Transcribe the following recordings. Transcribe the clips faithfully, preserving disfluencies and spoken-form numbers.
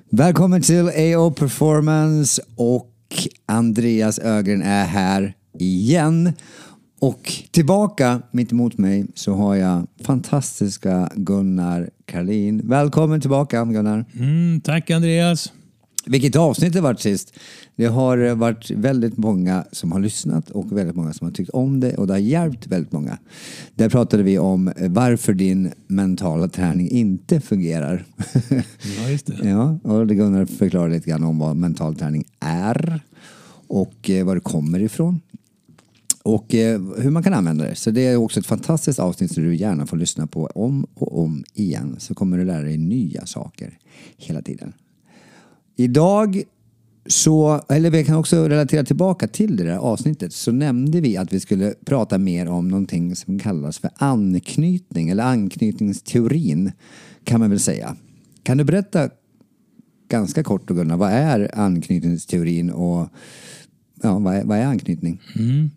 Välkommen till A O Performance och Andreas Ögren är här igen. Och tillbaka mitt emot mig så har jag fantastiska Gunnar Karlin. Välkommen tillbaka Gunnar. Mm, tack Andreas. Vilket avsnitt det varit sist. Det har varit väldigt många som har lyssnat och väldigt många som har tyckt om det och det har hjälpt väldigt många. Där pratade vi om varför din mentala träning inte fungerar. Ja, just det. Ja, och det Gunnar förklarar lite grann om vad mental träning är och var det kommer ifrån. Och hur man kan använda det. Så det är också ett fantastiskt avsnitt som du gärna får lyssna på om och om igen. Så kommer du lära dig nya saker hela tiden. Idag så, eller vi kan också relatera tillbaka till det där avsnittet, så nämnde vi att vi skulle prata mer om någonting som kallas för anknytning eller anknytningsteorin kan man väl säga. Kan du berätta ganska kort och Gunnar, vad är anknytningsteorin och ja, vad är, vad är anknytning? Mm.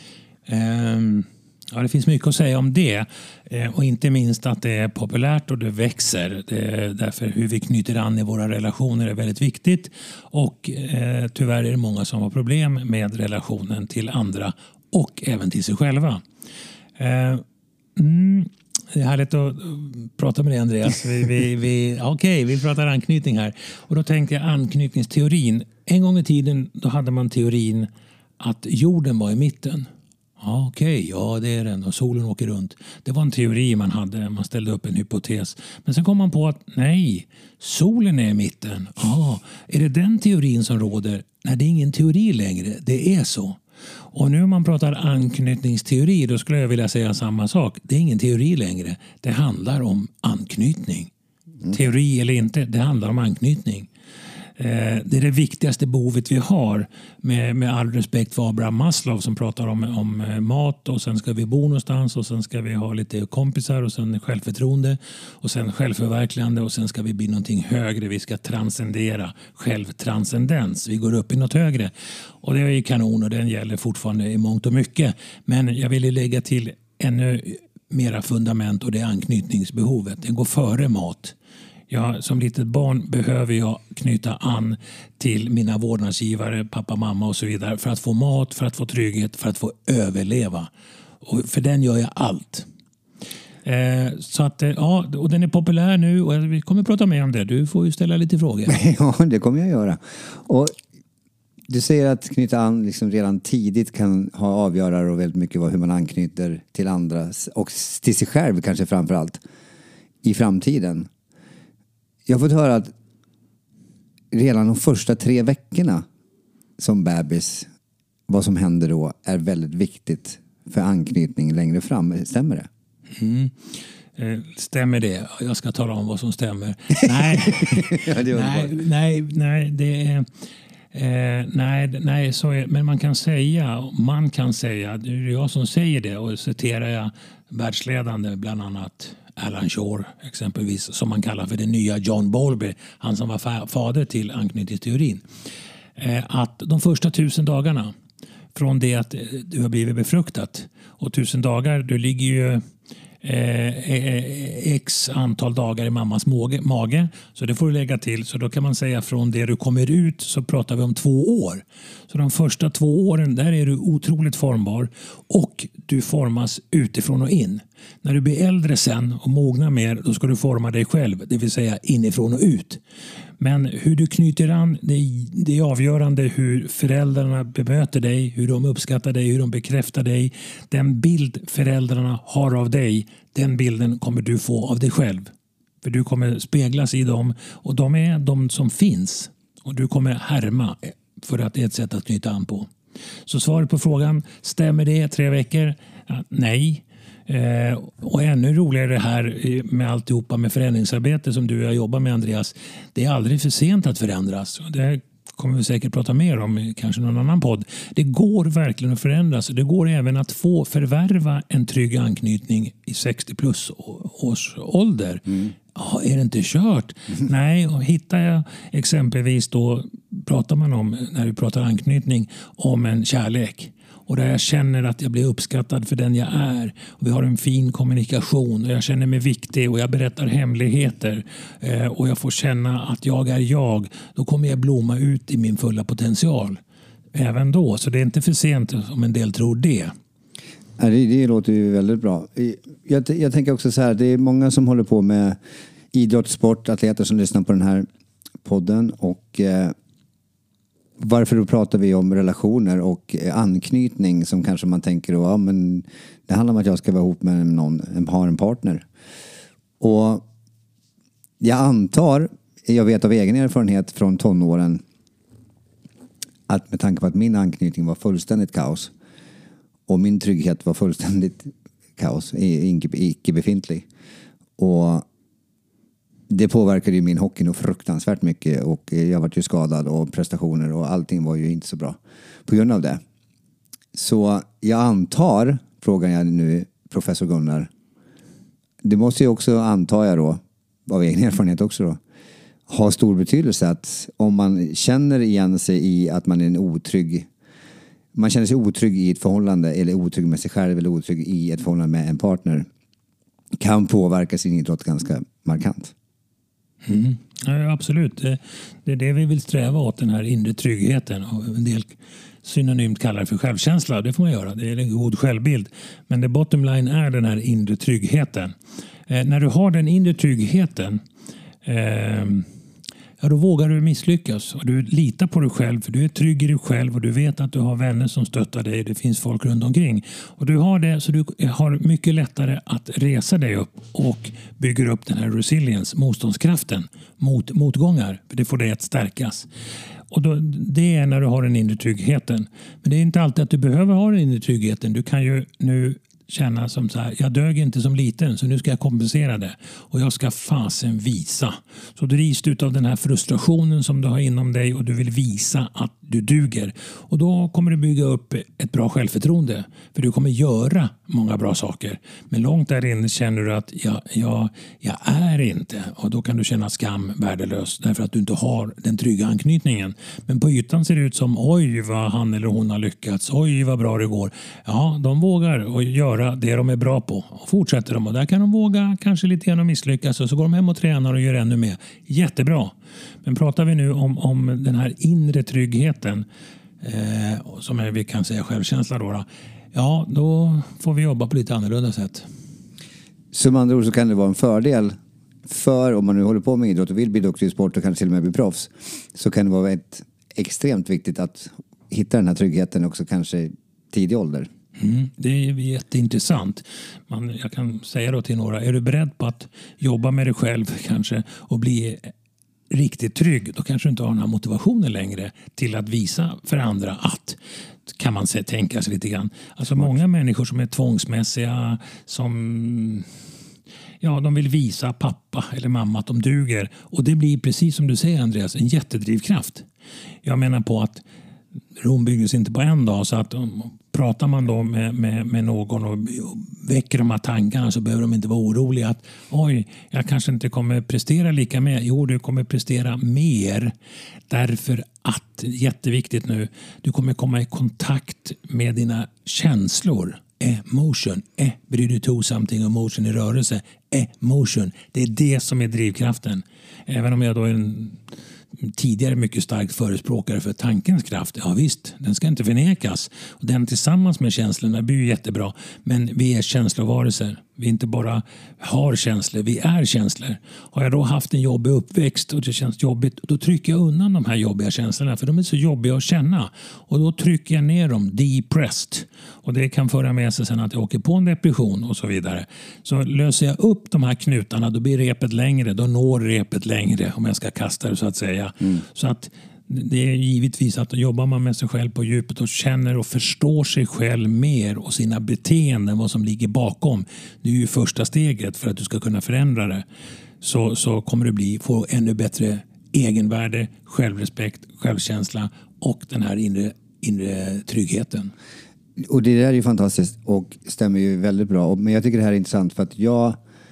Um. Ja, det finns mycket att säga om det. Eh, och inte minst att det är populärt och det växer. Det är därför hur vi knyter an i våra relationer är väldigt viktigt. Och eh, tyvärr är det många som har problem med relationen till andra och även till sig själva. Eh, mm, det är härligt att prata med dig Andreas. Vi, vi, vi, Okej, okay, vi pratar anknytning här. Och då tänkte jag anknytningsteorin. En gång i tiden då hade man teorin att jorden var i mitten. Ja, okej, okay. Ja det är den och solen åker runt. Det var en teori man hade, man ställde upp en hypotes. Men sen kom man på att nej, solen är i mitten. Ja, är det den teorin som råder? Nej, det är ingen teori längre, det är så. Och nu om man pratar anknytningsteori, då skulle jag vilja säga samma sak. Det är ingen teori längre, det handlar om anknytning. Mm. Teori eller inte, det handlar om anknytning. Det är det viktigaste behovet vi har med, med all respekt för Abraham Maslow som pratar om, om mat och sen ska vi bo någonstans och sen ska vi ha lite kompisar och sen självförtroende och sen självförverkligande och sen ska vi bli någonting högre. Vi ska transcendera, självtranscendens. Vi går upp i något högre och det är ju kanon och den gäller fortfarande i mångt och mycket. Men jag vill lägga till ännu mera fundament och det är anknytningsbehovet. Den går före mat. Ja, som litet barn behöver jag knyta an till mina vårdnadsgivare, pappa, mamma och så vidare för att få mat, för att få trygghet, för att få överleva. Och för den gör jag allt. Eh, så att, ja, och den är populär nu och vi kommer att prata mer om det. Du får ju ställa lite frågor. Ja, det kommer jag göra. Och du säger att knyta an liksom redan tidigt kan ha avgörare och väldigt mycket vad, hur man anknyter till andra och till sig själv kanske framförallt i framtiden. Jag har fått höra att redan de första tre veckorna som bebis, vad som händer då är väldigt viktigt för anknytning längre fram. Stämmer det? Mm. Eh, stämmer det? Jag ska tala om vad som stämmer. Nej, ja, det nej, nej, nej, det är... Eh, nej, nej så är, men man kan säga, man kan säga, det är jag som säger det och citerar jag världsledande bland annat Alan Shore exempelvis, som man kallar för den nya John Bowlby, han som var fa- fader till anknytningsteorin. Eh, att de första tusen dagarna från det att du har blivit befruktat och tusen dagar, du ligger ju Eh, x antal dagar i mammas mage, mage, så det får du lägga till, så då kan man säga från det du kommer ut så pratar vi om två år. Så de första två åren där är du otroligt formbar och du formas utifrån och in. När du blir äldre sen och mognar mer, då ska du forma dig själv, det vill säga inifrån och ut. Men hur du knyter an, det är, det är avgörande hur föräldrarna bemöter dig, hur de uppskattar dig, hur de bekräftar dig. Den bild föräldrarna har av dig, den bilden kommer du få av dig själv. För du kommer speglas i dem och de är de som finns. Och du kommer härma för att det är ett sätt att knyta an på. Så svaret på frågan, stämmer det tre veckor? Ja, nej. Eh, och ännu roligare det här med alltihopa med förändringsarbete som du och jag jobbar med Andreas. Det är aldrig för sent att förändras. Det kommer vi säkert prata mer om i kanske någon annan podd. Det går verkligen att förändras. Det går även att få förvärva en trygg anknytning i sextio plus års ålder. Mm. Ja, är det inte kört? Mm. Nej, och hittar jag exempelvis då pratar man om, när vi pratar anknytning, om en kärlek. och där jag känner att jag blir uppskattad för den jag är. Och vi har en fin kommunikation och jag känner mig viktig och jag berättar hemligheter eh, och jag får känna att jag är jag. Då kommer jag blomma ut i min fulla potential även då. Så det är inte för sent om en del tror det. Ja, det, det låter ju väldigt bra. Jag, jag tänker också så här, det är många som håller på med idrott, sport, atleter som lyssnar på den här podden. Och eh, varför då pratar vi om relationer och anknytning som kanske man tänker då, ja, men det handlar om att jag ska vara ihop med någon, har en partner. Och jag antar, jag vet av egen erfarenhet från tonåren, att med tanke på att min anknytning var fullständigt kaos och min trygghet var fullständigt kaos, icke befintlig. Och det påverkade ju min hockey nog fruktansvärt mycket och jag var ju skadad och prestationer och allting var ju inte så bra på grund av det. Så jag antar, frågar jag nu professor Gunnar, det måste ju också, antar jag då, av egen erfarenhet också då, ha stor betydelse att om man känner igen sig i att man är en otrygg, man känner sig otrygg i ett förhållande eller otrygg med sig själv eller otrygg i ett förhållande med en partner, kan påverka sin idrott ganska markant. Mm. Ja, absolut. Det, det är det vi vill sträva åt, den här inre tryggheten. Och en del synonymt kallar det för självkänsla. Det får man göra. Det är en god självbild. Men det bottom line är den här inre tryggheten. Eh, när du har den inre tryggheten eh, ja, då vågar du misslyckas. Och du litar på dig själv, för du är trygg i dig själv och du vet att du har vänner som stöttar dig. Det finns folk runt omkring. Och du har det, så du har mycket lättare att resa dig upp och bygger upp den här resilience, motståndskraften mot motgångar. För det får dig att stärkas. Och då, det är när du har den inre tryggheten. Men det är inte alltid att du behöver ha den inre tryggheten. Du kan ju nu känna som så här, jag dög inte som liten så nu ska jag kompensera det. Och jag ska fasen visa. Så drivs du av den här frustrationen som du har inom dig och du vill visa att du duger. Och då kommer du bygga upp ett bra självförtroende. För du kommer göra många bra saker. Men långt där inne känner du att jag, jag, jag är inte. Och då kan du känna skam, värdelös. Därför att du inte har den trygga anknytningen. Men på ytan ser det ut som, oj vad han eller hon har lyckats. Oj vad bra det går. Ja, de vågar och göra det de är bra på. Och fortsätter de. Och där kan de våga kanske lite grann och misslyckas. Och så går de hem och tränar och gör ännu mer. Jättebra. Men pratar vi nu om, om den här inre tryggheten. Eh, som är, vi kan säga självkänsla då, då. Ja, då får vi jobba på lite annorlunda sätt. Som andra ord så kan det vara en fördel för, om man nu håller på med idrott och vill bli duktig i sport och kanske till och med bli proffs, så kan det vara ett, extremt viktigt att hitta den här tryggheten också kanske tidig ålder. Mm, det är jätteintressant. Man, jag kan säga då till några, är du beredd på att jobba med dig själv kanske och bli riktigt trygg, då kanske du inte har den här motivationen längre till att visa för andra att, kan man se, tänka sig lite grann. Alltså många människor som är tvångsmässiga, som ja, de vill visa pappa eller mamma att de duger. Och det blir precis som du säger Andreas, en jättedrivkraft. Jag menar på att Rom byggdes inte på en dag, så att pratar man då med, med, med någon och väcker de här tankarna, så behöver de inte vara oroliga att oj, jag kanske inte kommer prestera lika med. Jo, du kommer prestera mer därför att, jätteviktigt nu, du kommer komma i kontakt med dina känslor. Emotion. E bryr du to something, emotion i rörelse. Emotion. Det är det som är drivkraften. Även om jag då är en tidigare mycket starkt förespråkare för tankens kraft. Ja visst, den ska inte förnekas. Och den tillsammans med känslorna blir ju jättebra. Men vi är känslovarelser. Vi inte bara har känslor, vi är känslor. Har jag då haft en jobbig uppväxt och det känns jobbigt, då trycker jag undan de här jobbiga känslorna, för de är så jobbiga att känna. Och då trycker jag ner dem, depressed. Och det kan föra med sig sen att jag åker på en depression och så vidare. Så löser jag upp de här knutarna, då blir repet längre, då når repet längre, om jag ska kasta det så att säga. Mm. Så att det är givetvis att jobbar man med sig själv på djupet och känner och förstår sig själv mer och sina beteenden, vad som ligger bakom. Det är ju första steget för att du ska kunna förändra det. Så, så kommer du bli, få ännu bättre egenvärde, självrespekt, självkänsla och den här inre, inre tryggheten. Och det där är ju fantastiskt och stämmer ju väldigt bra. Men jag tycker det här är intressant för att jag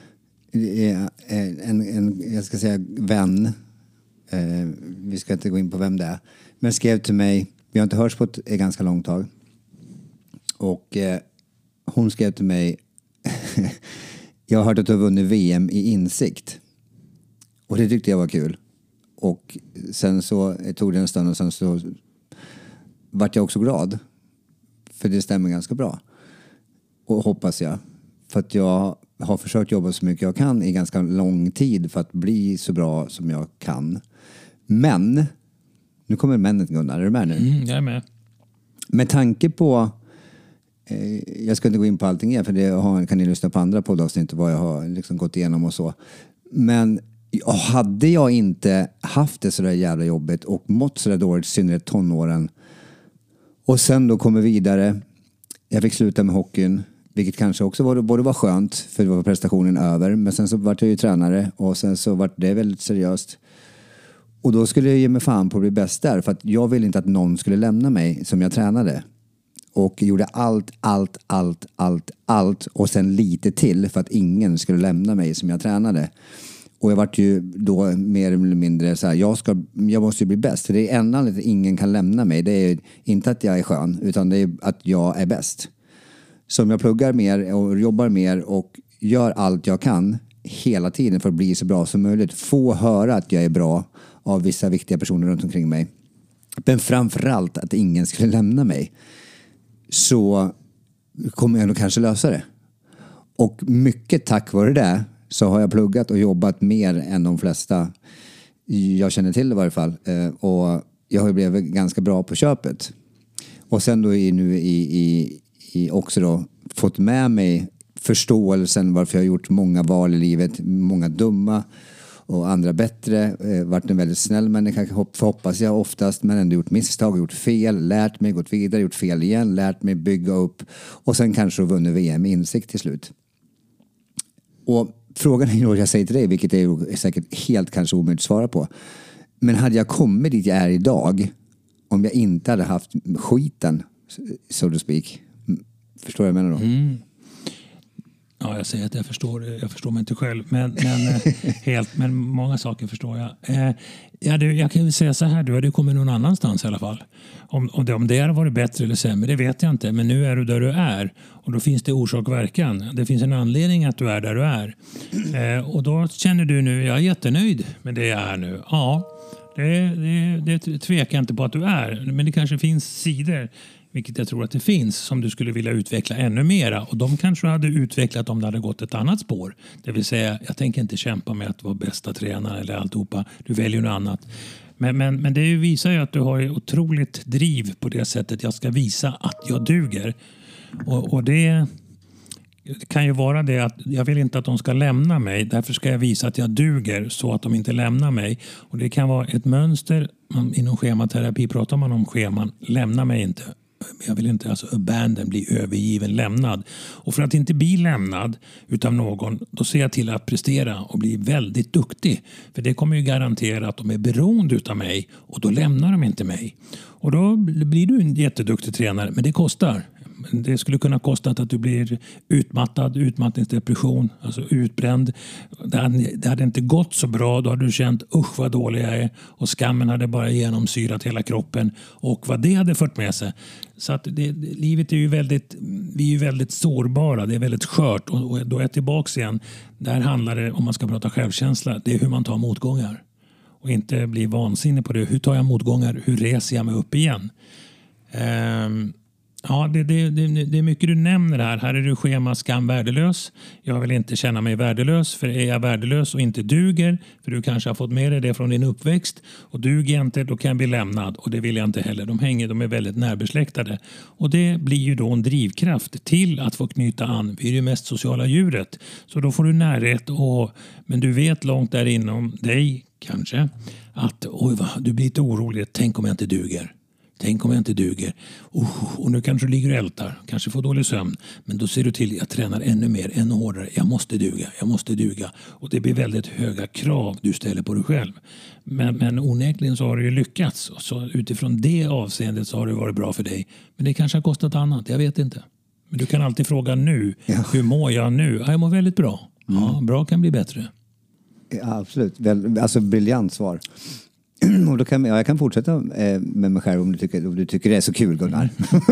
är en, en jag ska säga vän. Eh, vi ska inte gå in på vem det är, men skrev till mig, vi har inte hörts på ett, ett ganska långt tag, Och eh, hon skrev till mig jag har hört att du har vunnit V M i insikt. Och det tyckte jag var kul. Och sen så tog det en stund och sen så vart jag också glad. För det stämmer ganska bra. Och hoppas jag. För att jag har försökt jobba så mycket jag kan i ganska lång tid för att bli så bra som jag kan. Men, nu kommer männet Gunnar, är du med nu? Mm, jag är med. Med tanke på, eh, jag ska inte gå in på allting igen för det har, kan ni lyssna på andra poddavsnitt vad jag har liksom gått igenom och så. Men hade jag inte haft det sådär jävla jobbigt och mått sådär dåligt, i synnerhet tonåren, och sen då kommer vidare, jag fick sluta med hockeyn, vilket kanske också var, både var skönt för det var prestationen över, men sen så var jag ju tränare och sen så var det väldigt seriöst. Och då skulle jag ge mig fan på att bli bäst där, för att jag ville inte att någon skulle lämna mig som jag tränade. Och gjorde allt, allt, allt, allt, allt och sen lite till för att ingen skulle lämna mig som jag tränade. Och jag vart ju då mer eller mindre så här, jag, ska, jag måste ju bli bäst. För det är en anledning att ingen kan lämna mig. Det är inte att jag är skön, utan det är att jag är bäst. Så om jag pluggar mer och jobbar mer och gör allt jag kan hela tiden för att bli så bra som möjligt. Få höra att jag är bra av vissa viktiga personer runt omkring mig. Men framförallt att ingen skulle lämna mig. Så kommer jag nog kanske lösa det. Och mycket tack vare det så har jag pluggat och jobbat mer än de flesta jag känner till i varje fall. Och jag har blivit ganska bra på köpet. Och sen då i, nu i, i, i också då fått med mig förståelsen varför jag har gjort många val i livet. Många dumma och andra bättre. Varit en väldigt snäll människa, hoppas jag oftast, men ändå gjort misstag, gjort fel, lärt mig, gått vidare, gjort fel igen, lärt mig bygga upp och sen kanske vunnit V M i insikt till slut. Och frågan är då jag säger till dig, vilket är säkert helt kanske omöjligt att svara på. Men hade jag kommit dit jag är idag om jag inte hade haft skiten, so to speak. Förstår jag vad jag menar då? Mm. Ja, jag säger att jag förstår, jag förstår mig inte själv, men, men, helt, men många saker förstår jag. Eh, ja, det, jag kan ju säga så här, du hade kommit någon annanstans i alla fall. Om, om, det, om det hade varit bättre eller sämre, det vet jag inte. Men nu är du där du är. Och då finns det orsak och verkan. Det finns en anledning att du är där du är. Eh, och då känner du nu, jag är jättenöjd med det jag är nu. Ja, det, det, det tvekar jag inte på att du är. Men det kanske finns sidor, vilket jag tror att det finns, som du skulle vilja utveckla ännu mera. Och de kanske du hade utvecklat om det hade gått ett annat spår. Det vill säga, jag tänker inte kämpa med att vara bästa tränare eller alltihopa. Du väljer något annat. Men, men, men det visar ju att du har otroligt driv på det sättet. Jag ska visa att jag duger. Och, och det kan ju vara det att jag vill inte att de ska lämna mig. Därför ska jag visa att jag duger så att de inte lämnar mig. Och det kan vara ett mönster. Inom schematerapi pratar man om scheman. Lämna mig inte. Jag vill inte, alltså abandon, bli övergiven, lämnad. Och för att inte bli lämnad utav någon, då ser jag till att prestera och bli väldigt duktig. För det kommer ju garantera att de är beroende utav mig och då lämnar de inte mig. Och då blir du en jätteduktig tränare, men det kostar. Det skulle kunna kosta att du blir utmattad, utmattningsdepression, alltså utbränd. Det hade, det hade inte gått så bra, då hade du känt usch vad dålig jag är och skammen hade bara genomsyrat hela kroppen och vad det hade fört med sig. Så att det, livet är ju väldigt, vi är ju väldigt sårbara, det är väldigt skört och, och då är jag tillbaka igen. Där handlar det, om man ska prata självkänsla, det är hur man tar motgångar. Och inte bli vansinnig på det. Hur tar jag motgångar? Hur reser jag mig upp igen? Um, Ja, det, det, det, det är mycket du nämner här. Här är du schema skam värdelös. Jag vill inte känna mig värdelös. För är jag värdelös och inte duger, för du kanske har fått med dig det från din uppväxt, och duger jag inte, då kan jag bli lämnad. Och det vill jag inte heller. De hänger, de är väldigt närbesläktade. Och det blir ju då en drivkraft till att få knyta an. Vi är det mest sociala djuret. Så då får du närhet. Och, men du vet långt där inom dig kanske att oj, va, du blir lite orolig. Tänk om jag inte duger. Tänk om jag inte duger. Oh, och nu kanske du ligger och ältar. Kanske får dålig sömn. Men då ser du till att jag tränar ännu mer, ännu hårdare. Jag måste duga, jag måste duga. Och det blir väldigt höga krav du ställer på dig själv. Men, men onekligen så har du ju lyckats. Så utifrån det avseendet så har det varit bra för dig. Men det kanske har kostat annat, jag vet inte. Men du kan alltid fråga nu. Ja. Hur mår jag nu? Ja, jag mår väldigt bra. Mm. Ja, bra kan bli bättre. Ja, absolut. Väl, alltså briljant svar. Och då kan, ja, jag kan fortsätta eh, med mig själv om du tycker, om du tycker det är så kul, Gunnar.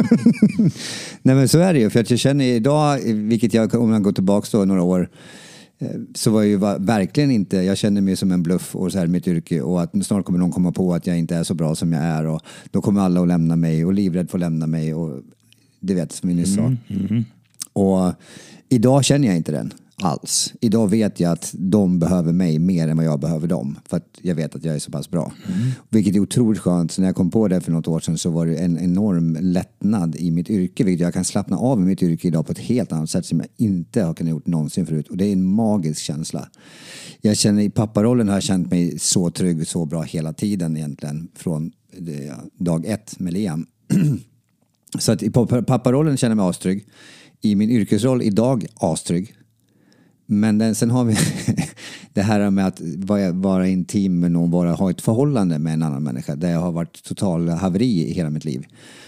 Nej, men så är det ju. För att jag känner idag, vilket jag, om jag går tillbaka då några år, eh, så var jag ju verkligen inte, jag känner mig som en bluff och så här mitt yrke, och att snart kommer någon komma på att jag inte är så bra som jag är, och då kommer alla att lämna mig, och livrädd för att lämna mig, och det vet som vi nyss sa. Mm, mm. Och idag känner jag inte den alls. Idag vet jag att de behöver mig mer än vad jag behöver dem. För att jag vet att jag är så pass bra. Mm. Vilket är otroligt skönt. Så när jag kom på det för något år sedan så var det en enorm lättnad i mitt yrke. Vilket jag kan slappna av i mitt yrke idag på ett helt annat sätt som jag inte har kunnat gjort någonsin förut. Och det är en magisk känsla. Jag känner i papparollen har jag känt mig så trygg och så bra hela tiden egentligen. Från dag ett med Liam. Så att i papparollen känner jag mig astrygg. I min yrkesroll idag astrygg. Men den, sen har vi det här med att vara, vara intim med någon, vara, ha ett förhållande med en annan människa där jag har varit total haveri i hela mitt liv.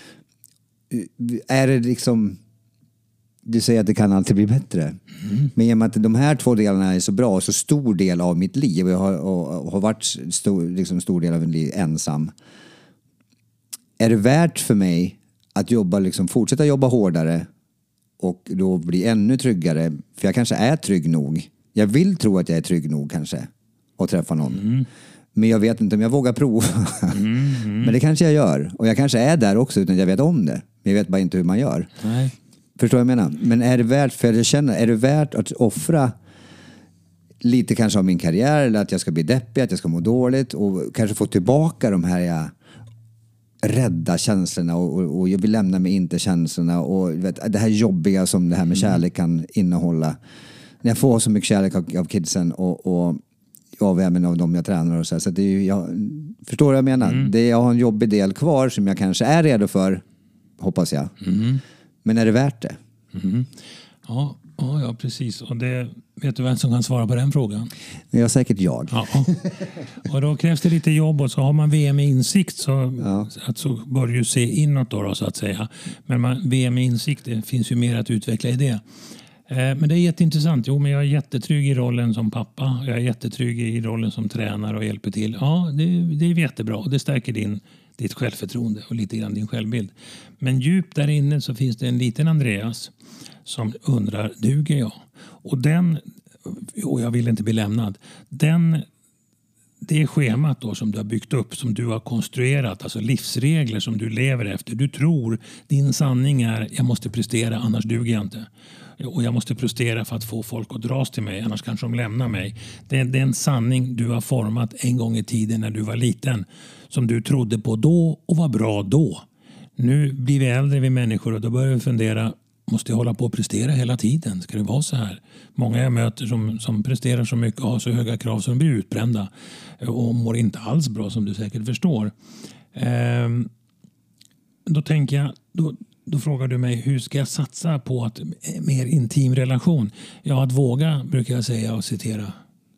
Är det liksom, du säger att det kan alltid bli bättre. Mm. Men i och med att de här två delarna är så bra, så stor del av mitt liv, och jag har, och, och har varit stor, liksom stor del av mitt liv ensam. Är det värt för mig att jobba, liksom, fortsätta jobba hårdare och då bli ännu tryggare? För jag kanske är trygg nog. Jag vill tro att jag är trygg nog kanske. Och träffa någon. Mm. Men jag vet inte om jag vågar prova. Mm, mm. Men det kanske jag gör. Och jag kanske är där också utan jag vet om det. Men jag vet bara inte hur man gör. Nej. Förstår jag menar? Men är det värt, för jag känner, är det värt att offra lite kanske av min karriär, eller att jag ska bli deppig, att jag ska må dåligt och kanske få tillbaka de här jag rädda känslorna, och, och, och jag vill lämna mig inte känslorna, och vet, det här jobbiga som det här med kärlek kan innehålla. När jag får så mycket kärlek av, av kidsen och, och av även av dem jag tränar och så här, så det är ju, jag förstår vad jag menar. Mm. Det, jag har en jobbig del kvar som jag kanske är redo för, hoppas jag. Mm. Men är det värt det? Mm. Ja, ja, ja, precis. Och det, vet du vem som kan svara på den frågan? Det är säkert jag. Ja, ja. Och då krävs det lite jobb, och så har man V M i insikt, så, ja. att så bör ju se inåt då, då så att säga. Men man, V M i insikt, det finns ju mer att utveckla i det. Eh, men det är jätteintressant. Jo, men jag är jättetrygg i rollen som pappa. Jag är jättetrygg i rollen som tränare och hjälper till. Ja, det, det är jättebra, och det stärker din, ditt självförtroende och lite grann din självbild. Men djupt där inne så finns det en liten Andreas som undrar, duger jag? Och den, och jag vill inte bli lämnad, den, det schemat då som du har byggt upp, som du har konstruerat, alltså livsregler som du lever efter. Du tror, din sanning är, jag måste prestera, annars duger jag inte. Och jag måste prestera för att få folk att dras till mig, annars kanske de lämnar mig. Det är, det är en sanning du har format en gång i tiden när du var liten, som du trodde på då och var bra då. Nu blir vi äldre, vi människor, och då börjar vi fundera, måste jag hålla på att prestera hela tiden? Ska det vara så här? Många jag möter som, som presterar så mycket och har så höga krav som blir utbrända och mår inte alls bra, som du säkert förstår. Ehm, då tänker jag, då, då frågar du mig, hur ska jag satsa på att mer intim relation? Ja, att våga, brukar jag säga och citera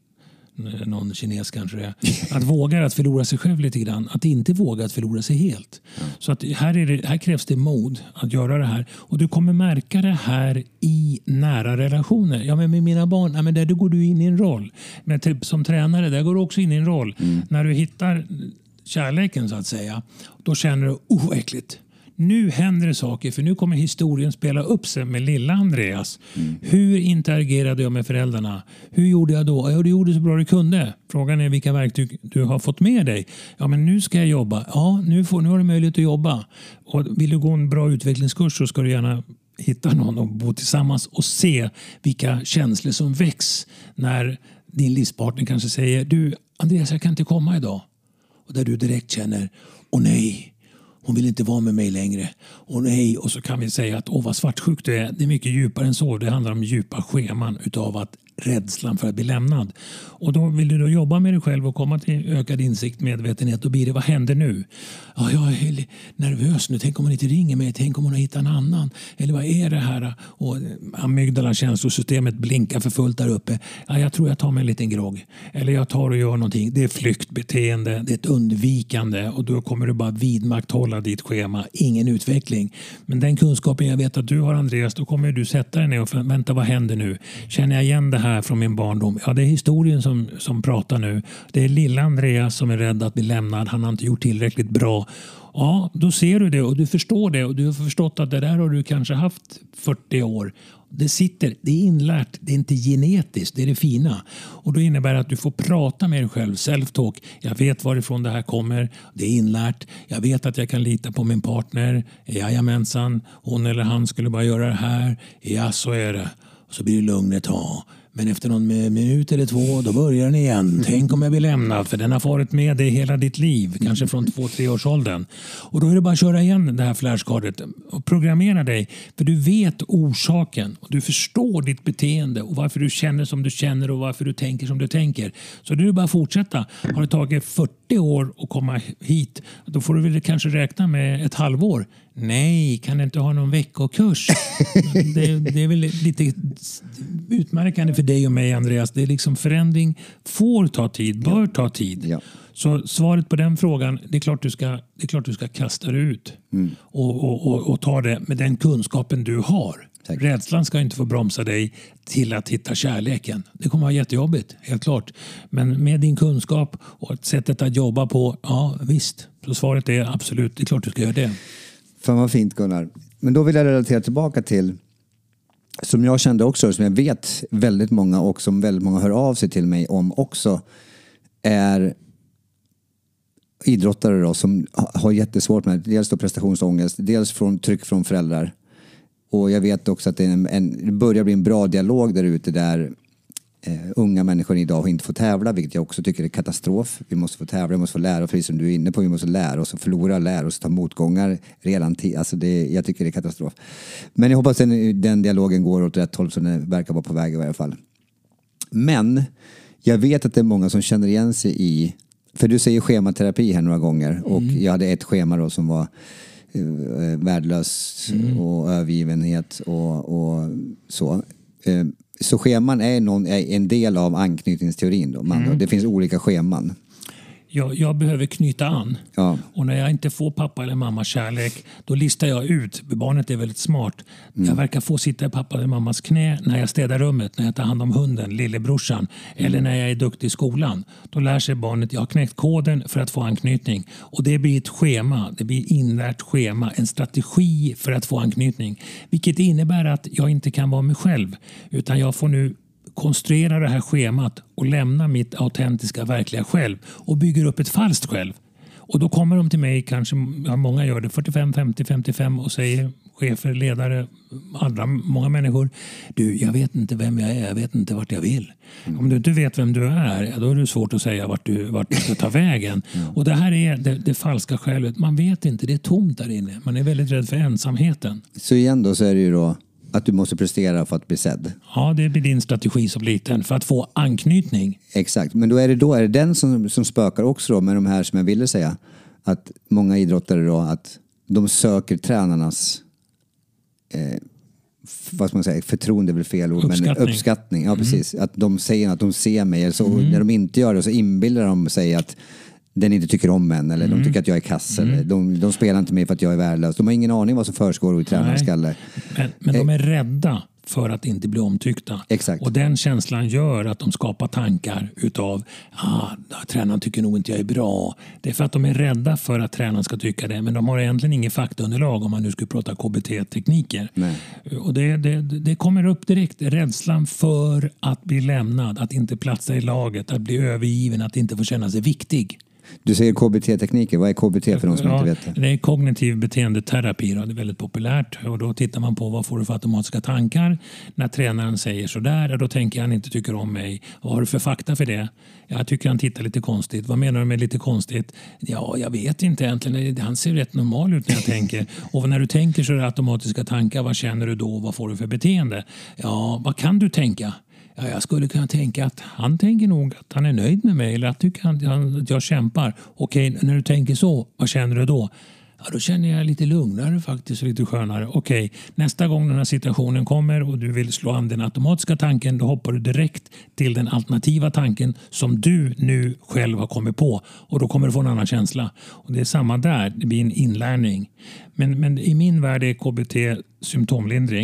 någon kines kanske det är. Att våga att förlora sig själv lite grann. Att inte våga att förlora sig helt. Mm. Så att här, är det, här krävs det mod att göra det här. Och du kommer märka det här i nära relationer. Ja, men med mina barn, ja, men där går du in i en roll. Men typ, som tränare, där går du också in i en roll. Mm. När du hittar kärleken så att säga, då känner du, oh äckligt. Nu händer det saker, för nu kommer historien spela upp sig med lilla Andreas. Mm. Hur interagerade jag med föräldrarna? Hur gjorde jag då? Ja, du gjorde så bra du kunde. Frågan är vilka verktyg du har fått med dig. Ja, men nu ska jag jobba. Ja, nu, får, nu har du möjlighet att jobba. Och vill du gå en bra utvecklingskurs så ska du gärna hitta någon och bo tillsammans och se vilka känslor som väcks när din livspartner kanske säger, du Andreas, jag kan inte komma idag. Och där du direkt känner, åh nej, hon vill inte vara med mig längre. Och nej, och så kan vi säga att åh vad svartsjuk du är. Det är mycket djupare än så. Det handlar om djupa scheman utav att rädslan för att bli lämnad. Och då vill du då jobba med dig själv och komma till ökad insikt, medvetenhet, och blir det, vad händer nu? Ja, jag är nervös nu. Tänk om hon inte ringer mig. Tänk om hon har hittat en annan. Eller vad är det här? Och amygdala, känslosystemet blinkar för fullt där uppe. Ja, jag tror jag tar mig en liten grogg. Eller jag tar och gör någonting. Det är flyktbeteende. Det är ett undvikande. Och då kommer du bara vidmakthålla ditt schema. Ingen utveckling. Men den kunskapen jag vet att du har, Andreas, då kommer du sätta dig ner och vänta, vad händer nu? Känner jag igen det här här från min barndom? Ja, det är historien som, som pratar nu. Det är lilla Andreas som är rädd att bli lämnad. Han har inte gjort tillräckligt bra. Ja, då ser du det och du förstår det och du har förstått att det där har du kanske haft fyrtio år. Det sitter, det är inlärt, det är inte genetiskt, det är det fina. Och då innebär det att du får prata med dig själv, self-talk. Jag vet varifrån det här kommer, det är inlärt. Jag vet att jag kan lita på min partner. Jajamensan, hon eller han skulle bara göra det här. Ja, så är det. Och så blir det lugn ett tag. Men efter någon minut eller två, då börjar den igen. Tänk om jag blir lämnad, för den har varit med dig hela ditt liv. Kanske från två, tre års åldern. Och då är det bara att köra igen det här flashcardet och programmera dig. För du vet orsaken och du förstår ditt beteende och varför du känner som du känner och varför du tänker som du tänker. Så det är bara att fortsätta. Har det tagit fyrtio år att komma hit, då får du väl kanske räkna med ett halvår. Nej, kan du inte ha någon veckokurs? det, det är väl lite utmärkande för dig och mig, Andreas. Det är liksom förändring får ta tid, bör ta tid. Ja. Så svaret på den frågan, det är klart du ska, det är klart du ska kasta det ut mm. och, och, och, och ta det med den kunskapen du har. Tack. Rädslan ska inte få bromsa dig till att hitta kärleken. Det kommer vara jättejobbigt, helt klart. Men med din kunskap och sättet att jobba på, ja visst. Så svaret är absolut, det är klart du ska göra det. Fan vad fint, Gunnar. Men då vill jag relatera tillbaka till, som jag kände också, som jag vet väldigt många och som väldigt många hör av sig till mig om också, är idrottare då, som har jättesvårt med dels då prestationsångest, dels från tryck från föräldrar. Och jag vet också att det, är en, en, det börjar bli en bra dialog där ute där eh, unga människor idag inte får tävla, vilket jag också tycker är katastrof. Vi måste få tävla, vi måste få lära, för som du är inne på, vi måste lära oss och förlora, lära oss ta motgångar redan till. Alltså det, jag tycker det är katastrof. Men jag hoppas att den, den dialogen går åt rätt håll, så den verkar vara på väg i varje fall. Men jag vet att det är många som känner igen sig i, för du säger schematerapi här några gånger mm. och jag hade ett schema då som var eh, värdelös mm. och övergivenhet och, och så. Eh, så scheman är, någon, är en del av anknytningsteorin då. Man, mm. Det finns olika scheman. Jag, jag behöver knyta an. Ja. Och när jag inte får pappa eller mamma kärlek, då listar jag ut. Barnet är väldigt smart. Mm. Jag verkar få sitta i pappa eller mammas knä när jag städar rummet, när jag tar hand om hunden, lillebrorsan. Mm. Eller när jag är duktig i skolan. Då lär sig barnet, jag har knäckt koden för att få anknytning. Och det blir ett schema, det blir inlärt schema, en strategi för att få anknytning. Vilket innebär att jag inte kan vara mig själv. Utan jag får nu konstruera det här schemat och lämna mitt autentiska, verkliga själv och bygger upp ett falskt själv. Och då kommer de till mig, kanske, ja, många gör det, fyrtiofem, femtio, femtiofem och säger, chefer, ledare, andra, många människor, du, jag vet inte vem jag är, jag vet inte vart jag vill. Mm. Om du inte vet vem du är, ja, då är det svårt att säga vart du, vart du ska ta vägen. Mm. Och det här är det, det falska självet. Man vet inte, det är tomt där inne. Man är väldigt rädd för ensamheten. Så igen då så är det ju då att du måste prestera för att bli sedd. Ja, det blir din strategi som liten för att få anknytning. Exakt, men då är det, då är det den som, som spökar också då med de här som jag ville säga. Att många idrottare då, att de söker tränarnas eh, vad ska man säga, förtroende är väl fel ord, uppskattning. Men uppskattning. Ja, mm. precis. Att de säger att de ser mig. Så mm. när de inte gör det så inbillar de sig att den inte tycker om en, eller mm. de tycker att jag är kass, mm. eller de, de spelar inte med för att jag är värdelös. De har ingen aning vad som försiggår i tränarens skalle. Men, men de är rädda för att inte bli omtyckta. Exakt. Och den känslan gör att de skapar tankar utav ah, tränaren tycker nog inte jag är bra. Det är för att de är rädda för att tränaren ska tycka det, men de har egentligen ingen faktaunderlag om man nu skulle prata K B T-tekniker. Nej. Och det, det, det kommer upp direkt. Rädslan för att bli lämnad, att inte platsa i laget, att bli övergiven, att inte få känna sig viktig. Du säger K B T-tekniker. Vad är K B T för de som ja, inte vet det? Det är kognitiv beteendeterapi. Då. Det är väldigt populärt. Och då tittar man på vad får du för automatiska tankar. När tränaren säger sådär, då tänker han inte tycker om mig. Vad har du för fakta för det? Jag tycker han tittar lite konstigt. Vad menar du med lite konstigt? Ja, jag vet inte egentligen. Han ser rätt normal ut när jag tänker. Och när du tänker så är det automatiska tankar. Vad känner du då? Vad får du för beteende? Ja, vad kan du tänka? Ja, jag skulle kunna tänka att han tänker nog att han är nöjd med mig, eller att, tycker han, att jag kämpar. Okej, när du tänker så, vad känner du då? Ja, då känner jag lite lugnare faktiskt, lite skönare. Okej, nästa gång den här situationen kommer och du vill slå an den automatiska tanken, då hoppar du direkt till den alternativa tanken som du nu själv har kommit på. Och då kommer du få en annan känsla. Och det är samma där, det blir en inlärning. Men, men i min värld är K B T symptomlindring.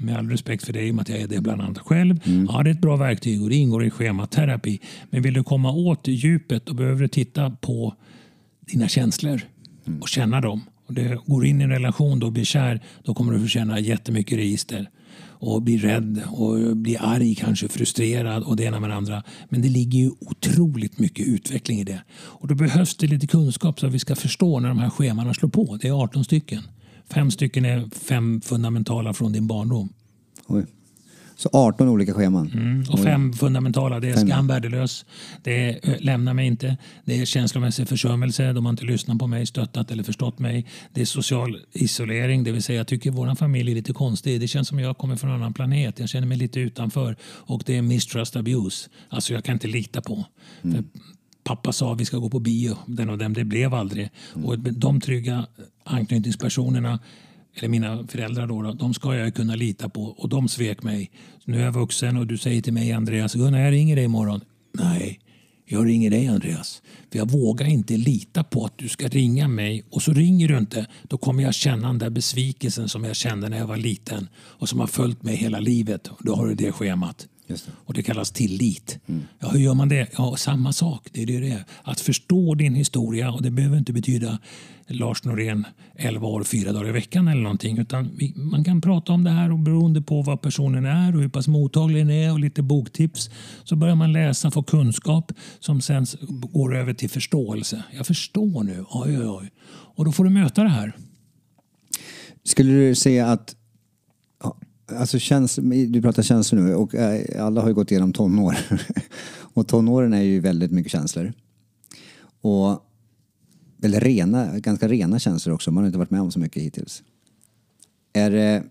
med all respekt för dig, med att jag är det bland annat själv. Mm. Ja, det är ett bra verktyg och det ingår i schematerapi. Men vill du komma åt djupet, då behöver du titta på dina känslor och känna dem. Och det går in i en relation, då blir kär, då kommer du få känna jättemycket register. Och bli rädd och bli arg, kanske frustrerad och det ena med det andra. Men det ligger ju otroligt mycket utveckling i det. Och då behövs det lite kunskap så att vi ska förstå när de här scheman slår på. Det är arton stycken. Fem stycken är fem fundamentala från din barndom. Oj. Så arton olika scheman. Mm. Och fem fundamentala, det är skam, värdelös, det är lämna mig inte, det är känslomässig försömmelse, de har inte lyssnat på mig, stöttat eller förstått mig. Det är social isolering, det vill säga jag tycker vår familj är lite konstig, det känns som jag kommer från en annan planet, jag känner mig lite utanför. Och det är mistrust abuse, alltså jag kan inte lita på. Mm. För pappa sa vi ska gå på bio, den och den, det blev aldrig. Mm. Och de trygga anknytningspersonerna, eller mina föräldrar då, de ska jag kunna lita på och de svek mig. Så nu är jag vuxen och du säger till mig, Andreas, Gunnar, jag ringer dig imorgon. Nej, jag ringer dig, Andreas. För jag vågar inte lita på att du ska ringa mig och så ringer du inte. Då kommer jag känna den där besvikelsen som jag kände när jag var liten och som har följt mig hela livet. Och då har du det schemat. Just det. Och det kallas tillit. Mm. Ja, hur gör man det? Ja, samma sak. Det är det det är. Att förstå din historia, och det behöver inte betyda Lars Norén elva år, fyra dagar i veckan eller någonting. Utan vi, man kan prata om det här och beroende på vad personen är och hur pass mottaglig den är och lite boktips. Så börjar man läsa, få kunskap som sen går över till förståelse. Jag förstår nu. Oj, oj, oj. Och då får du möta det här. Skulle du säga att alltså käns, du pratar känslor nu och alla har ju gått igenom tonår. Och tonåren är ju väldigt mycket känslor. Och eller rena, ganska rena känslor också. Man har inte varit med om så mycket hittills. Är det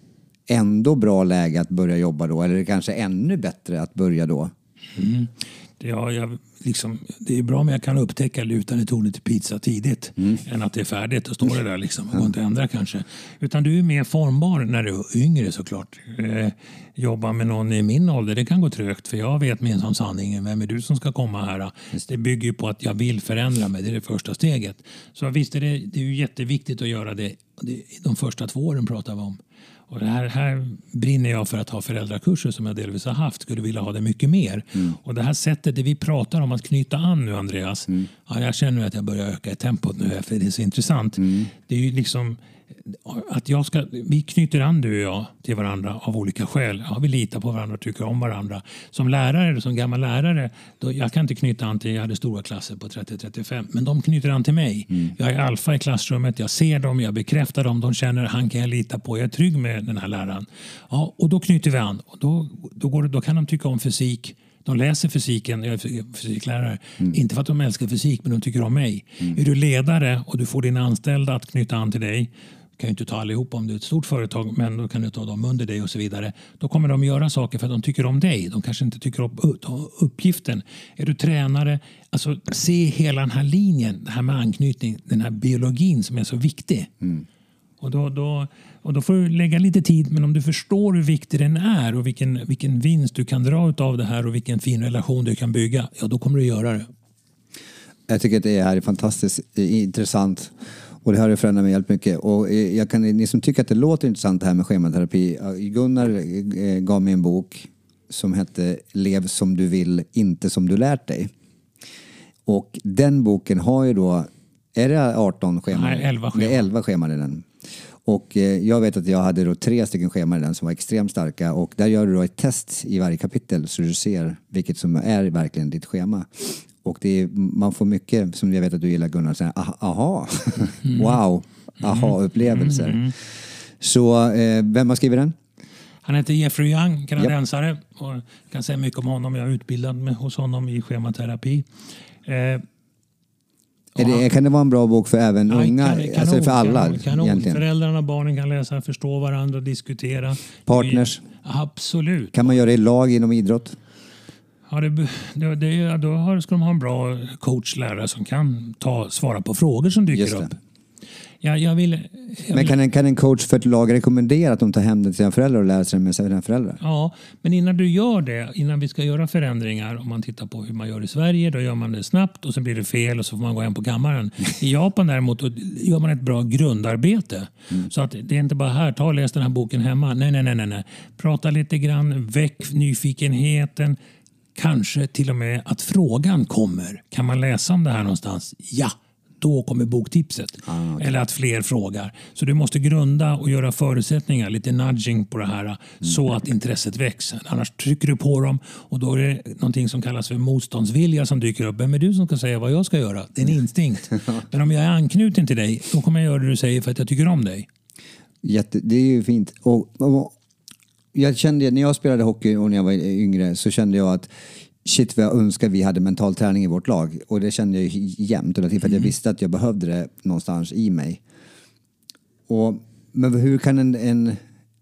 ändå bra läge att börja jobba då? Eller är det kanske ännu bättre att börja då? Mm. Ja, jag, liksom, det är bra om jag kan upptäcka lutan i tornet till pizza tidigt mm. än att det är färdigt och står det där liksom. Och inte ändra kanske. Utan du är mer formbar när du är yngre såklart. Eh, jobba med någon i min ålder, det kan gå trögt. För jag vet min som sanningen, vem är du som ska komma här? Det bygger ju på att jag vill förändra mig, det är det första steget. Så visst är det, det är ju jätteviktigt att göra det. det de första två åren pratar vi om. Och det här, här brinner jag för att ha föräldrakurser som jag delvis har haft. Skulle vilja ha det mycket mer. Mm. Och det här sättet, det vi pratar om att knyta an nu, Andreas. Mm. Ja, jag känner att jag börjar öka i tempot nu, för det är så intressant. Mm. Det är ju liksom att jag ska, vi knyter an du och jag till varandra av olika skäl. Ja, vi litar på varandra och tycker om varandra. Som lärare, som gammal lärare, då, jag kan inte knyta an till, jag hade stora klasser på trettio till trettiofem, men de knyter an till mig. Mm. Jag är alfa i klassrummet, jag ser dem, jag bekräftar dem, de känner han kan jag lita på, jag är trygg med den här läraren. Ja, och då knyter vi an. Och då, då, går det, då kan de tycka om fysik. De läser fysiken, jag är fysiklärare. Mm. Inte för att de älskar fysik, men de tycker om mig. Mm. Är du ledare och du får dina anställda att knyta an till dig, kan ju inte ta allihop om du är ett stort företag, men då kan du ta dem under dig och så vidare. Då kommer de göra saker för att de tycker om dig. De kanske inte tycker om uppgiften. Är du tränare, alltså se hela den här linjen, det här med anknytning, den här biologin som är så viktig. Mm. Och, då, då, och då får du lägga lite tid, men om du förstår hur viktig den är och vilken, vilken vinst du kan dra av det här och vilken fin relation du kan bygga, ja då kommer du göra det. Jag tycker att det här är fantastiskt intressant. Och det har förändrat mig helt mycket. Och jag kan, ni som tycker att det låter intressant det här med schematerapi. Gunnar gav mig en bok som hette Lev som du vill, inte som du lärt dig. Och den boken har ju då, är det arton scheman? Nej, elva scheman. Det är elva scheman i den. Och jag vet att jag hade då tre stycken scheman i den som var extremt starka. Och där gör du då ett test i varje kapitel så du ser vilket som är verkligen ditt schema. Och det är, man får mycket, som jag vet att du gillar Gunnar, så här, aha, mm. wow, aha-upplevelser. Mm. Så eh, vem har skrivit den? Han heter Jeffrey Young, kanadensare. Yep. Och jag kan säga mycket om honom. Jag är utbildad med, hos honom i schematerapi. Eh, är det, kan det vara en bra bok för även ja, unga? Kan, kan alltså för alla kanon, kanon. Egentligen? Föräldrarna och barnen kan läsa, förstå varandra, diskutera. Partners? Absolut. Kan man göra det i lag inom idrott? Ja, det, det, det, då ska de ha en bra coachlärare som kan ta, svara på frågor som dyker upp. Jag, jag vill, jag men kan en, kan en coach för ett lag rekommendera att de tar hem den till sina föräldrar och lär sig med sina föräldrar? Ja, men innan du gör det, innan vi ska göra förändringar, om man tittar på hur man gör i Sverige, då gör man det snabbt och så blir det fel och så får man gå hem på kammaren. I Japan däremot då gör man ett bra grundarbete. Mm. Så att det är inte bara här, ta och läs den här boken hemma. Nej, nej, nej, nej, nej. Prata lite grann, väck nyfikenheten. Kanske till och med att frågan kommer. Kan man läsa om det här någonstans? Ja, då kommer boktipset. Ah, okay. Eller att fler frågar. Så du måste grunda och göra förutsättningar, lite nudging på det här mm. så att intresset växer. Annars trycker du på dem och då är det någonting som kallas för motståndsvilja som dyker upp. Vem är du som ska säga vad jag ska göra? Det är en instinkt. Men om jag är anknuten till dig, då kommer jag göra det du säger för att jag tycker om dig. Jätte, det är ju fint. Och, och jag kände, när jag spelade hockey och när jag var yngre så kände jag att shit vad jag önskar vi hade mental träning i vårt lag. Och det kände jag jämt. Och det för att jag visste att jag behövde det någonstans i mig. Och, men hur kan en, en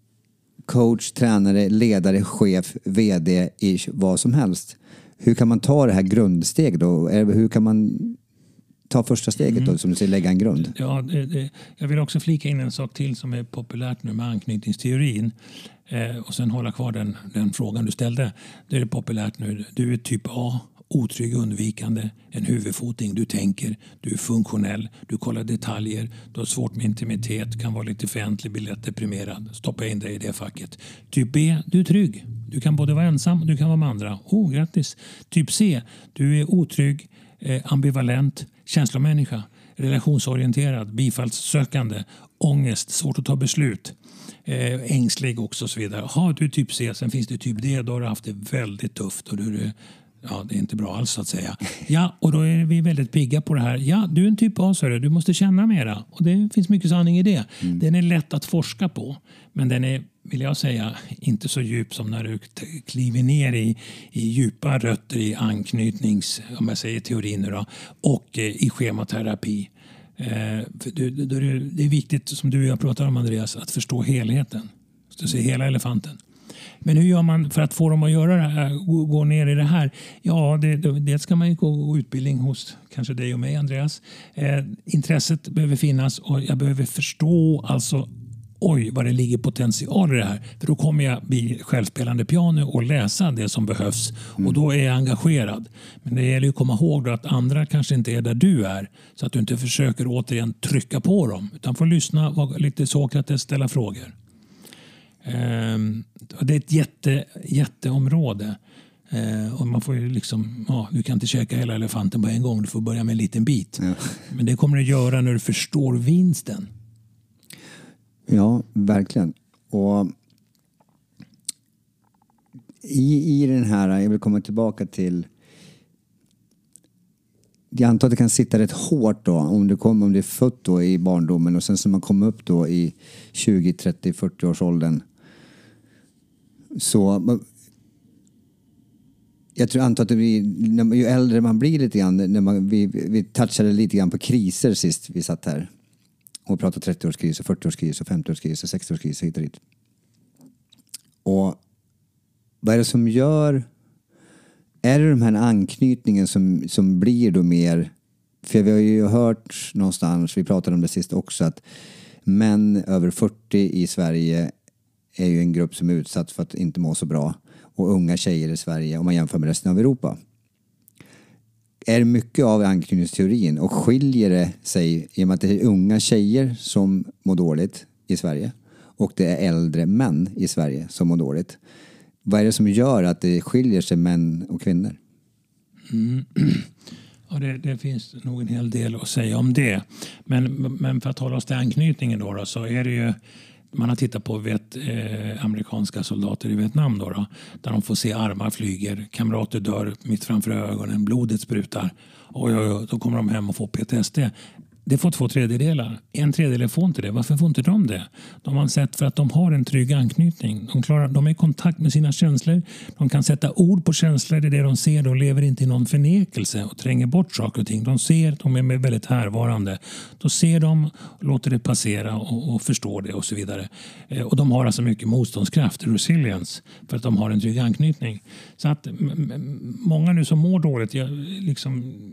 coach, tränare, ledare, chef, vd i vad som helst. Hur kan man ta det här grundsteg då? Hur kan man ta första steget då, som du säger, lägga en grund? Ja, det, det, jag vill också flika in en sak till som är populärt nu med anknytningsteorin. Eh, och sen hålla kvar den, den frågan du ställde. Det är det populärt nu. Du är typ A, otrygg, undvikande, en huvudfoting. Du tänker, du är funktionell, du kollar detaljer, du har svårt med intimitet, kan vara lite fientlig, bli lätt deprimerad. Stoppa in dig i det facket. Typ B, du är trygg. Du kan både vara ensam och du kan vara med andra. Oh, grattis. Typ C, du är otrygg, eh, ambivalent, känslomänniska, relationsorienterad, bifallssökande, ångest, svårt att ta beslut. Eh, ängslig också och så vidare. Har du typ C, sen finns det typ D, då har du haft det väldigt tufft och du, ja, det är inte bra alls så att säga. Ja, och då är vi väldigt pigga på det här. Ja, du är en typ A, så är det. Du måste känna mera. Och det finns mycket sanning i det. Mm. Den är lätt att forska på, men den är, vill jag säga, inte så djup som när du kliver ner i, i djupa rötter i anknytnings, om jag säger teorin nu då, och eh, i schematerapi. Eh, det, det, det är viktigt, som du och jag pratar om, Andreas, att förstå helheten. Så se hela elefanten. Men hur gör man för att få dem att göra det här, gå, gå ner i det här? Ja, det, det, det ska man ju gå utbildning hos kanske dig och mig, Andreas. Eh, intresset behöver finnas och jag behöver förstå alltså oj, vad det ligger potential i det här. För då kommer jag bli självspelande piano och läsa det som behövs. Mm. Och då är jag engagerad. Men det gäller ju att komma ihåg då att andra kanske inte är där du är. Så att du inte försöker återigen trycka på dem. Utan får lyssna, vara lite Sokrates, ställa frågor. Ehm, och det är ett jätte, jätteområde. Ehm, och man får ju liksom, ja, du kan inte käka hela elefanten på en gång. Du får börja med en liten bit. Ja. Men det kommer du göra när du förstår vinsten. Ja, verkligen. Och i, i den här, jag vill komma tillbaka till, jag antar att det kan sitta rätt hårt då, om det, kommer, om det är fött då i barndomen och sen som man kommer upp då i tjugo, trettio, fyrtio års åldern. Så jag tror antar att det blir, när, ju äldre man blir lite grann, när man, vi, vi touchade lite grann på kriser sist vi satt här. Och pratar trettio-årskris, fyrtio-årskris, femtio-årskris och sextio-årskris hit och dit. Och vad är det som gör... Är det de här anknytningen som, som blir då mer... För vi har ju hört någonstans, vi pratade om det sist också, att män över fyrtio i Sverige är ju en grupp som är utsatt för att inte må så bra. Och unga tjejer i Sverige, om man jämför med resten av Europa. Är mycket av anknytningsteorin och skiljer det sig i och med att det är unga tjejer som mår dåligt i Sverige och det är äldre män i Sverige som mår dåligt. Vad är det som gör att det skiljer sig män och kvinnor? Mm. Ja, det, det finns nog en hel del att säga om det. Men, men för att hålla oss till anknytningen då, då så är det ju, man har tittat på vet, eh, amerikanska soldater i Vietnam då, då, där de får se armar flyger, kamrater dör mitt framför ögonen, blodet sprutar. Oj, oj, oj, då kommer de hem och får P T S D. Det får två tredjedelar. En tredjedel får inte det. Varför får inte de det? De har sett för att de har en trygg anknytning. De, klarar, de är i kontakt med sina känslor. De kan sätta ord på känslor. Det är det de ser. De lever inte i någon förnekelse och tränger bort saker och ting. De ser, de är väldigt härvarande. Då ser de, låter det passera och, och förstår det och så vidare. Eh, och de har alltså mycket motståndskraft, resilience, för att de har en trygg anknytning. Så att m- m- många nu som mår dåligt, jag, liksom,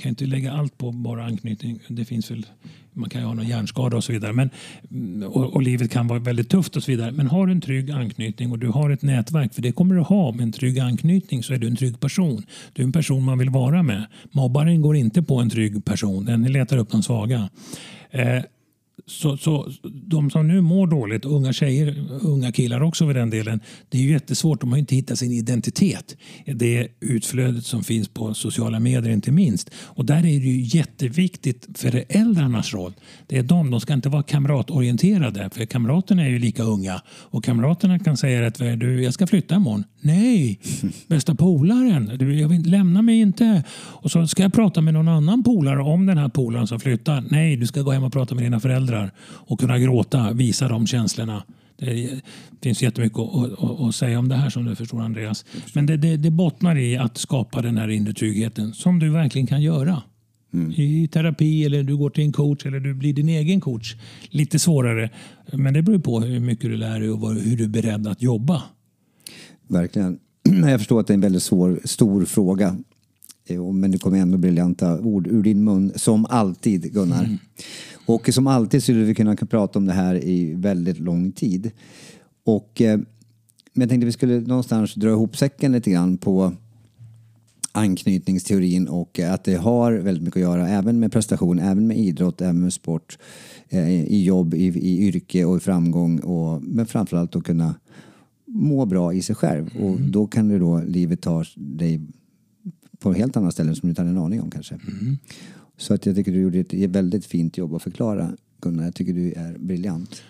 kan inte lägga allt på bara anknytning. Det finns väl, man kan ju ha någon hjärnskada och så vidare. Men, och, och livet kan vara väldigt tufft och så vidare. Men har du en trygg anknytning och du har ett nätverk, för det kommer du ha med en trygg anknytning, så är du en trygg person. Du är en person man vill vara med. Mobbaren går inte på en trygg person. Den letar upp de svaga. Eh, Så, så de som nu mår dåligt, unga tjejer, unga killar också för den delen, det är ju jättesvårt. De har inte hittat sin identitet. Det utflödet som finns på sociala medier inte minst. Och där är det ju jätteviktigt för föräldrarnas roll. Det är de, de ska inte vara kamratorienterade, för kamraterna är ju lika unga. Och kamraterna kan säga att du, jag ska flytta imorgon. Nej, bästa polaren, du, jag vill, lämna mig inte. Och så ska jag prata med någon annan polare om den här polaren som flyttar. Nej, du ska gå hem och prata med dina föräldrar och kunna gråta, visa de känslorna. Det finns jättemycket att, att, att säga om det här, som du förstår, Andreas. Men det, det, det bottnar i att skapa den här inre tryggheten som du verkligen kan göra. Mm. I terapi, eller du går till en coach, eller du blir din egen coach. Lite svårare, men det beror på hur mycket du lär dig och hur du är beredd att jobba. Verkligen. Jag förstår att det är en väldigt svår, stor fråga. Men det kommer ändå briljanta ord ur din mun, som alltid, Gunnar. Mm. Och som alltid skulle vi kunna prata om det här i väldigt lång tid. Och, eh, men jag tänkte vi skulle någonstans dra ihop säcken lite grann på anknytningsteorin, och att det har väldigt mycket att göra även med prestation, även med idrott, även med sport, eh, i jobb, i, i yrke och i framgång, och, men framförallt att kunna må bra i sig själv. Mm. Och då kan det då livet ta dig på helt andra ställen som du inte hade en aning om kanske. Mm. Så att jag tycker du gjorde ett väldigt fint jobb att förklara, Gunnar. Jag tycker du är briljant.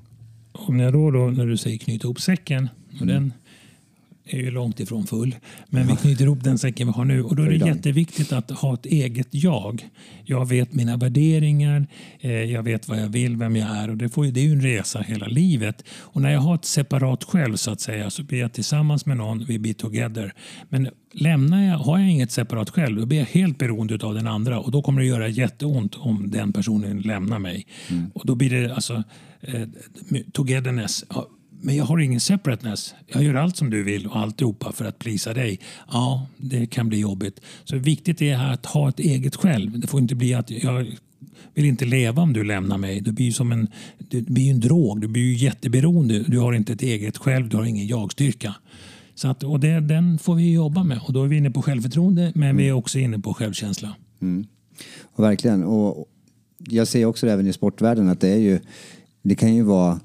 Om jag då, då när du säger knyta ihop säcken, och mm. den är ju långt ifrån full. Men vi knyter ihop den säcken vi har nu. Och då är det jätteviktigt att ha ett eget jag. Jag vet mina värderingar. Eh, jag vet vad jag vill, vem jag är. Och det, får, det är ju en resa hela livet. Och när jag har ett separat själv, så att säga, så blir jag tillsammans med någon. Vi blir together. Men lämnar jag, har jag inget separat själv, då blir jag helt beroende av den andra. Och då kommer det göra jätteont om den personen lämnar mig. Mm. Och då blir det alltså eh, togetherness. Men jag har ingen separateness. Jag gör allt som du vill och alltihopa för att plisa dig. Ja, det kan bli jobbigt. Så viktigt är att ha ett eget själv. Det får inte bli att jag vill inte leva om du lämnar mig. Det blir som en, det blir en drog. Du blir ju jätteberoende. Du har inte ett eget själv. Du har ingen jag-styrka. Så att, och det, den får vi jobba med. Och då är vi inne på självförtroende, men mm. vi är också inne på självkänsla. Mm. Och verkligen. Och jag ser också även i sportvärlden att det är ju, det kan ju vara,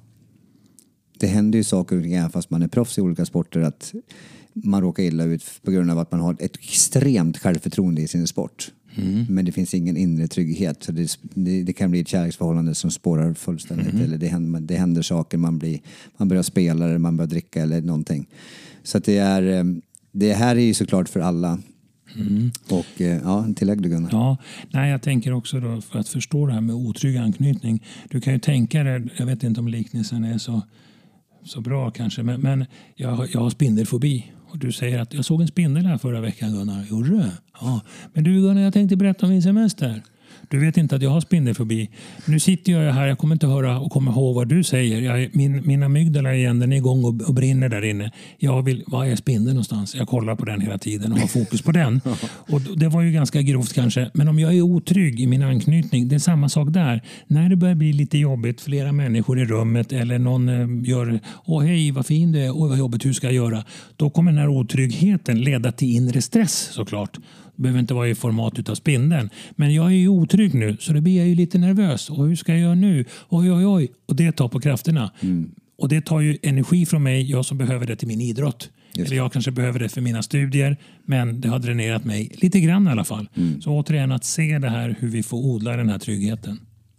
det händer ju saker även fast man är proffs i olika sporter, att man råkar illa ut på grund av att man har ett extremt självförtroende i sin sport. Mm. Men det finns ingen inre trygghet. Så det, det, det kan bli ett kärleksförhållande som spårar fullständigt. Mm. Eller det händer, det händer saker, man, blir, man börjar spela eller man börjar dricka eller någonting. Så att det är, det här är ju såklart för alla. Mm. Och ja, tillägg du, Gunnar. Ja, nej, jag tänker också då, för att förstå det här med otrygg anknytning. Du kan ju tänka dig, jag vet inte om liknelsen är så, så bra kanske, men, men jag, jag har spindelfobi. Och du säger att jag såg en spindel här förra veckan, Gunnar. Gjorde du? Ja. Men du, Gunnar, jag tänkte berätta om min semester. Du vet inte att jag har spindelfobi. Nu sitter jag här, jag kommer inte höra och kommer ihåg vad du säger. Jag, min, mina amygdala igen, den är igång och, och brinner där inne. Jag vill, var är spindeln någonstans? Jag kollar på den hela tiden och har fokus på den. Och det var ju ganska grovt kanske. Men om jag är otrygg i min anknytning, det är samma sak där. När det börjar bli lite jobbigt, flera människor i rummet eller någon eh, gör, åh hej vad fin du är, åh vad jobbigt, hur ska jag göra? Då kommer den här otryggheten leda till inre stress såklart. Det behöver inte vara i format av spindeln. Men jag är ju otrygg nu, så då blir jag ju lite nervös. Och hur ska jag göra nu? Oj, oj, oj. Och det tar på krafterna. Mm. Och det tar ju energi från mig, jag som behöver det till min idrott. Just. Eller jag kanske behöver det för mina studier. Men det har dränerat mig lite grann i alla fall. Mm. Så återigen att se det här, hur vi får odla den här tryggheten.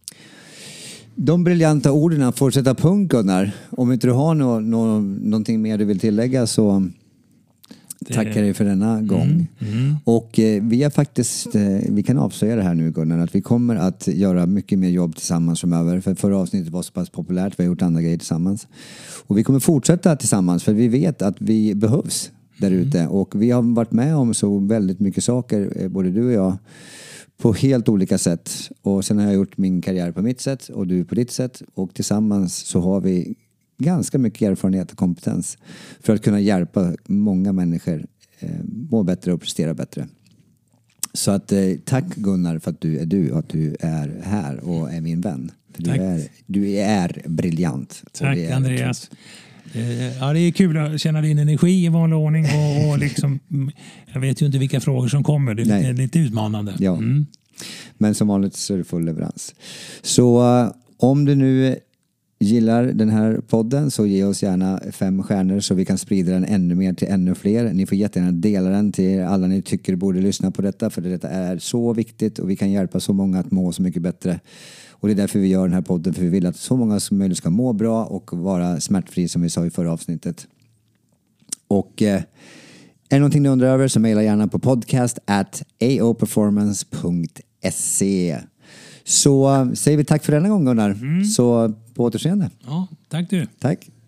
De briljanta orden får sätta punkt, Gunnar. Om inte du har no- no- någonting mer du vill tillägga, så det... tackar dig för denna gång. Mm, mm. Och eh, vi har faktiskt, eh, vi kan avslöja det här nu, Gunnar, att vi kommer att göra mycket mer jobb tillsammans framöver. För förra avsnittet var så pass populärt, vi har gjort andra grejer tillsammans. Och vi kommer fortsätta tillsammans, för vi vet att vi behövs där ute. Mm. Och vi har varit med om så väldigt mycket saker, eh, både du och jag, på helt olika sätt. Och sen har jag gjort min karriär på mitt sätt och du på ditt sätt. Och tillsammans så har vi ganska mycket erfarenhet och kompetens för att kunna hjälpa många människor eh, må bättre och prestera bättre. Så att, eh, tack Gunnar för att du är du och att du är här och är min vän. För du, är, du är briljant. Tack är Andreas. Ja, det är kul att känna din energi i vanlig ordning. Och, och liksom, jag vet ju inte vilka frågor som kommer. Det är lite, lite utmanande. Ja. Mm. Men som vanligt så är det full leverans. Så uh, om du nu gillar den här podden så ge oss gärna fem stjärnor så vi kan sprida den ännu mer till ännu fler. Ni får jättegärna dela den till alla ni tycker borde lyssna på detta, för detta är så viktigt och vi kan hjälpa så många att må så mycket bättre. Och det är därför vi gör den här podden, för vi vill att så många som möjligt ska må bra och vara smärtfri, som vi sa i förra avsnittet. Och eh, är det någonting ni undrar över så mejla gärna på podcast at aoperformance punkt se. Så säger vi tack för denna gång Gunnar. Mm. Så på återseende. Ja, tack du. Tack.